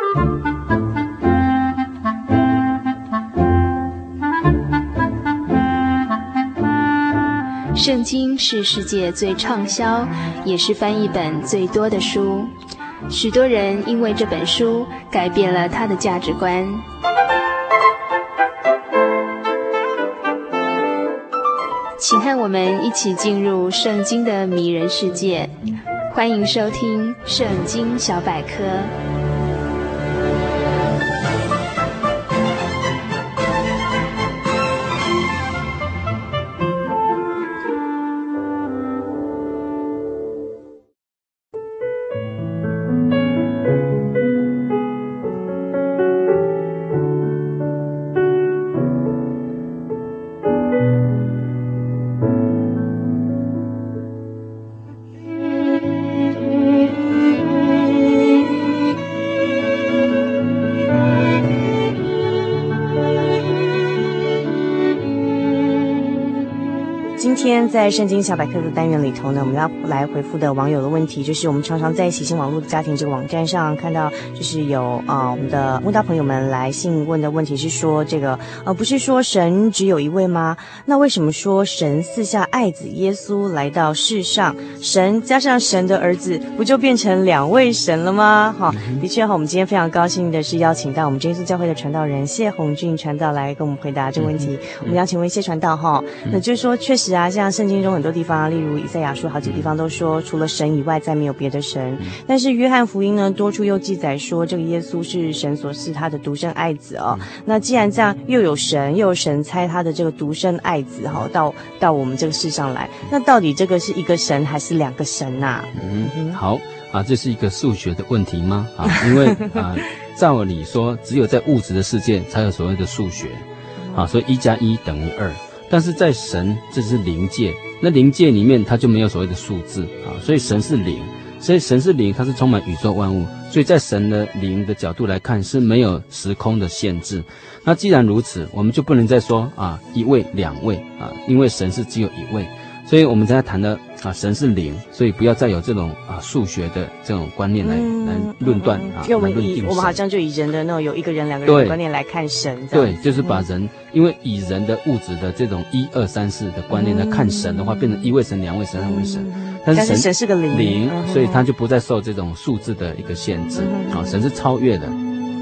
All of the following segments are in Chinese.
圣经是世界最畅销，也是翻译本最多的书。许多人因为这本书改变了他的价值观。请和我们一起进入圣经的迷人世界，欢迎收听《圣经小百科》。 今天在圣经小百科的单元里头呢，我们要来回复的网友的问题，就是我们常常在喜信网络的家庭这个网站上看到，就是有我们的慕道朋友们来信问的问题是说，这个不是说神只有一位吗？那为什么说神赐下爱子耶稣来到世上，神加上神的儿子，不就变成两位神了吗？的确我们今天非常高兴的是邀请到我们真耶稣教会的传道人谢宏俊传道来跟我们回答这个问题。我们要请问谢传道那就是说确实啊，像圣经中很多地方，例如以赛亚书好几个地方都说除了神以外再没有别的神，但是约翰福音呢多处又记载说这个耶稣是神所赐他的独生爱子那既然这样，又有神差他的这个独生爱子到我们这个世上来，那到底这个是一个神还是两个神啊？ 好这是一个数学的问题吗？因为照理说只有在物质的世界才有所谓的数学所以1+1等于2，但是在神这是灵界，那灵界里面它就没有所谓的数字所以神是灵，所以神是灵，它是充满宇宙万物，所以在神的灵的角度来看是没有时空的限制。那既然如此，我们就不能再说一位两位因为神是只有一位，所以我们现在谈的神是灵，所以不要再有这种数学的这种观念来论断因为我们好像就以人的那种有一个人两个人的观念来看神， 对，就是把人因为以人的物质的这种1、2、3、4的观念来看神的话，变成一位神、两位神、三位神。但是神是个灵所以他就不再受这种数字的一个限制神是超越的。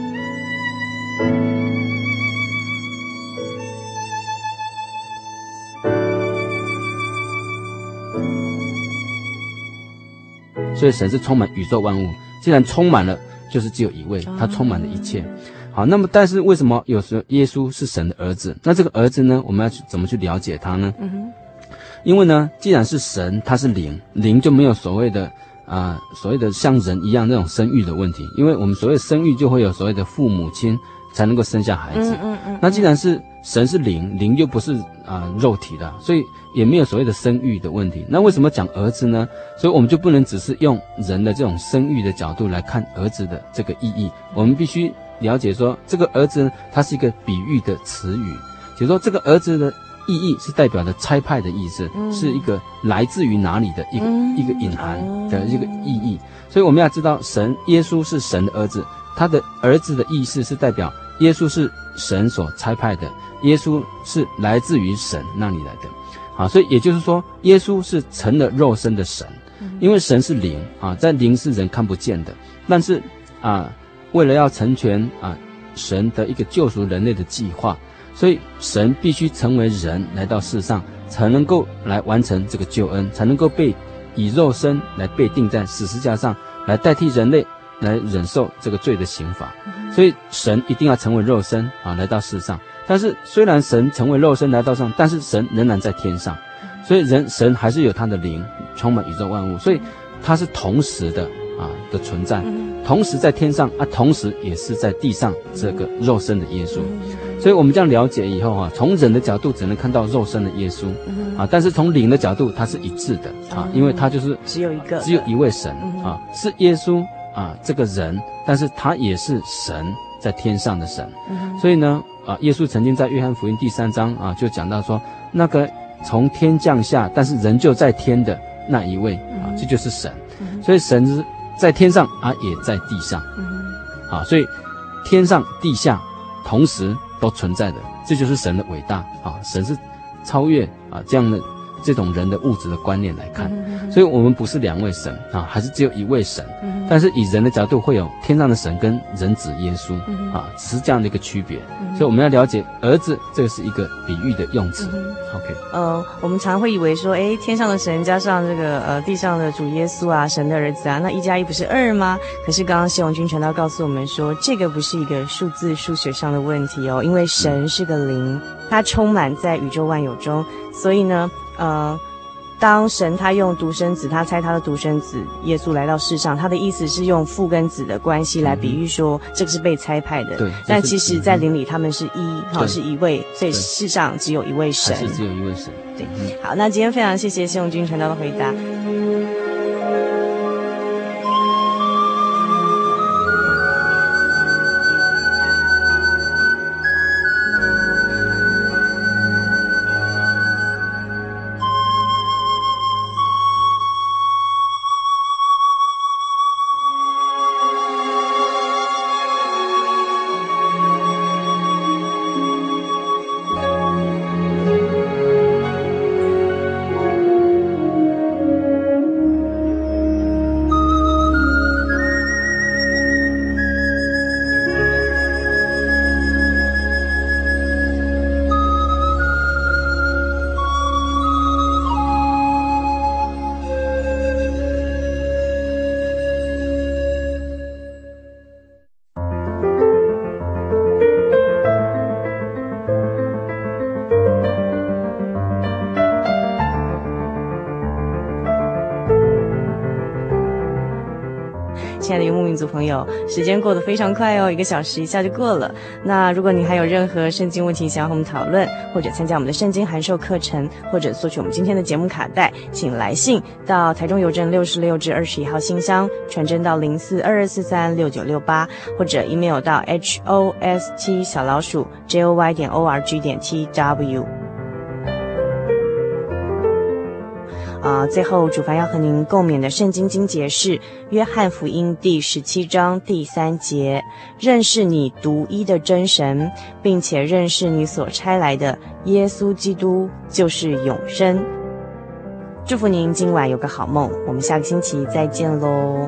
所以神是充满宇宙万物，既然充满了，就是只有一位，他充满了一切。好，那么但是为什么有时候耶稣是神的儿子？那这个儿子呢，我们要怎么去了解他呢？因为呢，既然是神，他是灵，灵就没有所谓的像人一样那种生育的问题，因为我们所谓生育就会有所谓的父母亲才能够生下孩子。那既然是神是灵，灵又不是肉体的，所以也没有所谓的生育的问题。那为什么讲儿子呢？所以我们就不能只是用人的这种生育的角度来看儿子的这个意义，我们必须了解说这个儿子它是一个比喻的词语，就是说这个儿子的意义是代表的差派的意思，是一个来自于哪里的一个隐含的一个意义。所以我们要知道耶稣是神的儿子，他的儿子的意思是代表耶稣是神所差派的，耶稣是来自于神那里来的所以也就是说耶稣是成了肉身的神，因为神是灵在灵是人看不见的，但是为了要成全神的一个救赎人类的计划，所以神必须成为人来到世上，才能够来完成这个救恩，才能够以肉身来被钉在十字架上，来代替人类来忍受这个罪的刑罚。所以神一定要成为肉身来到世上。但是虽然神成为肉身来到上，但是神仍然在天上，所以神还是有他的灵充满宇宙万物，所以他是同时的存在，同时在天上同时也是在地上这个肉身的耶稣。所以我们这样了解以后从人的角度只能看到肉身的耶稣但是从灵的角度它是一致的因为他就是只有一位神是耶稣这个人，但是他也是神在天上的神。所以呢耶稣曾经在约翰福音第3章就讲到说，那个从天降下但是仍旧在天的那一位这就是神。所以神在天上也在地上。 啊，所以天上地下同时都存在的，这就是神的伟大啊！神是超越啊这样的这种人的物质的观念来看，所以我们不是两位神啊，还是只有一位神。但是以人的角度会有天上的神跟人子耶稣啊，只是这样的一个区别。所以我们要了解儿子，这个是一个比喻的用词。OK， 我们常会以为说，天上的神加上这个地上的主耶稣啊，神的儿子啊，那1+1不是2吗？可是刚刚谢永军传道告诉我们说，这个不是一个数字数学上的问题哦，因为神是个灵，它充满在宇宙万有中，所以呢，当神他用独生子，他猜他的独生子耶稣来到世上，他的意思是用父跟子的关系来比喻说，这个是被差派的。 对， 但其实在灵里他们是是一位，所以世上只有一位神， 还是只有一位神。 对，好，那今天非常谢谢谢永军传道的回答。亲爱的游牧民族朋友，时间过得非常快哦，1个小时一下就过了。那如果你还有任何圣经问题想要和我们讨论，或者参加我们的圣经函授课程，或者索取我们今天的节目卡带，请来信到台中邮政66至21号信箱，传真到0422436968，或者 email 到 hos7joy.org.tw。最后主凡要和您共勉的圣经经节是约翰福音第17章第3节，认识你独一的真神，并且认识你所差来的耶稣基督就是永生。祝福您今晚有个好梦，我们下个星期再见咯。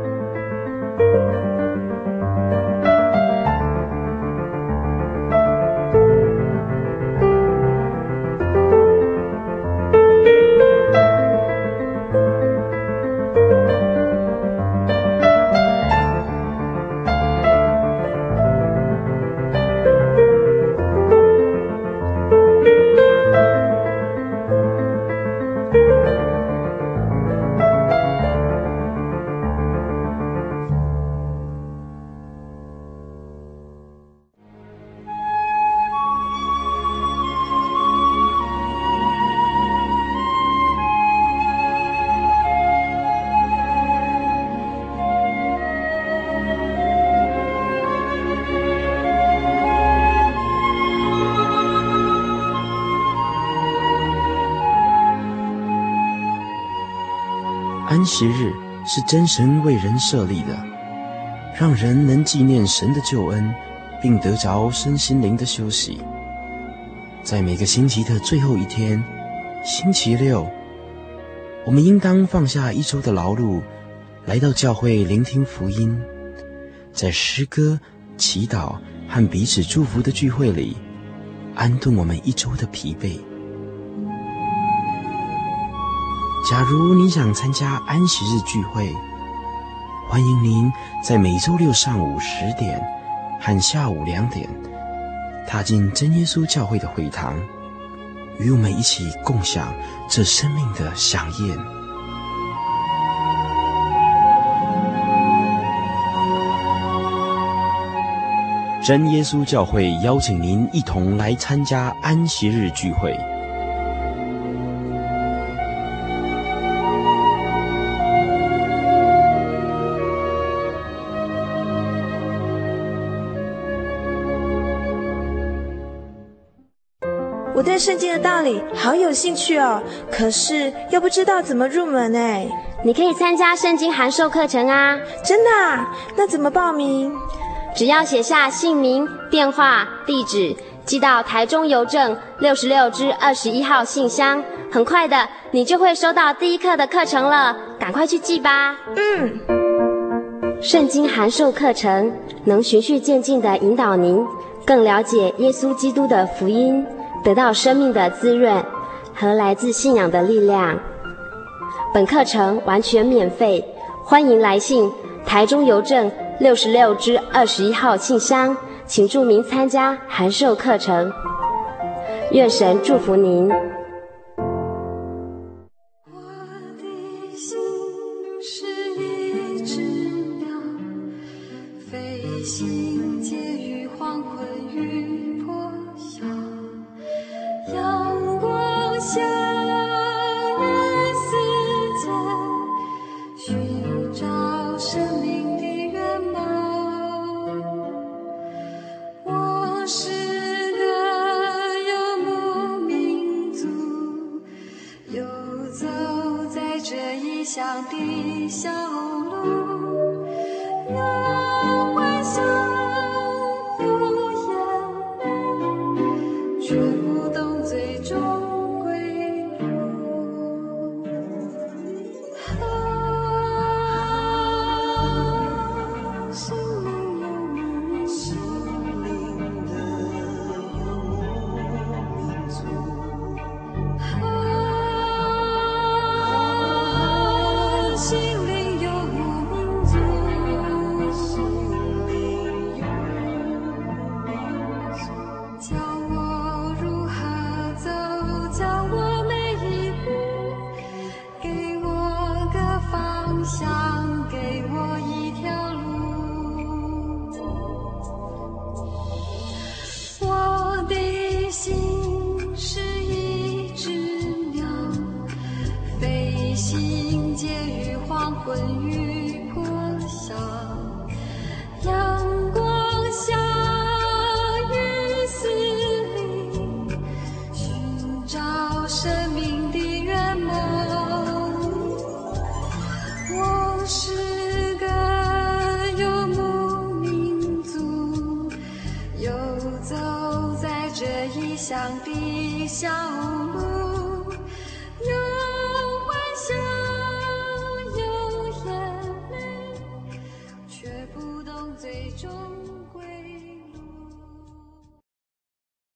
安息日是真神为人设立的，让人能纪念神的救恩，并得着身心灵的休息。在每个星期的最后一天，星期六，我们应当放下一周的劳碌，来到教会聆听福音，在诗歌、祈祷和彼此祝福的聚会里，安顿我们一周的疲惫。假如你想参加安息日聚会，欢迎您在每周六上午10点和下午2点踏进真耶稣教会的会堂，与我们一起共享这生命的飨宴。真耶稣教会邀请您一同来参加安息日聚会。 我对圣经的道理好有兴趣哦，可是又不知道怎么入门哎。 你可以参加圣经函授课程啊。 真的啊？那怎么报名？ 只要写下姓名、电话、地址，寄到台中邮政66支21号信箱，很快的你就会收到第一课的课程了，赶快去寄吧。圣经函授课程能循序渐进地引导您更了解耶稣基督的福音，得到生命的滋润和来自信仰的力量。本课程完全免费，欢迎来信台中邮政66支21号信箱，请注明参加函授课程。愿神祝福您。 心结于黄昏与破晓，阳光下人世间，寻找生命的原貌。我是个游牧民族，游走在这异乡的小路。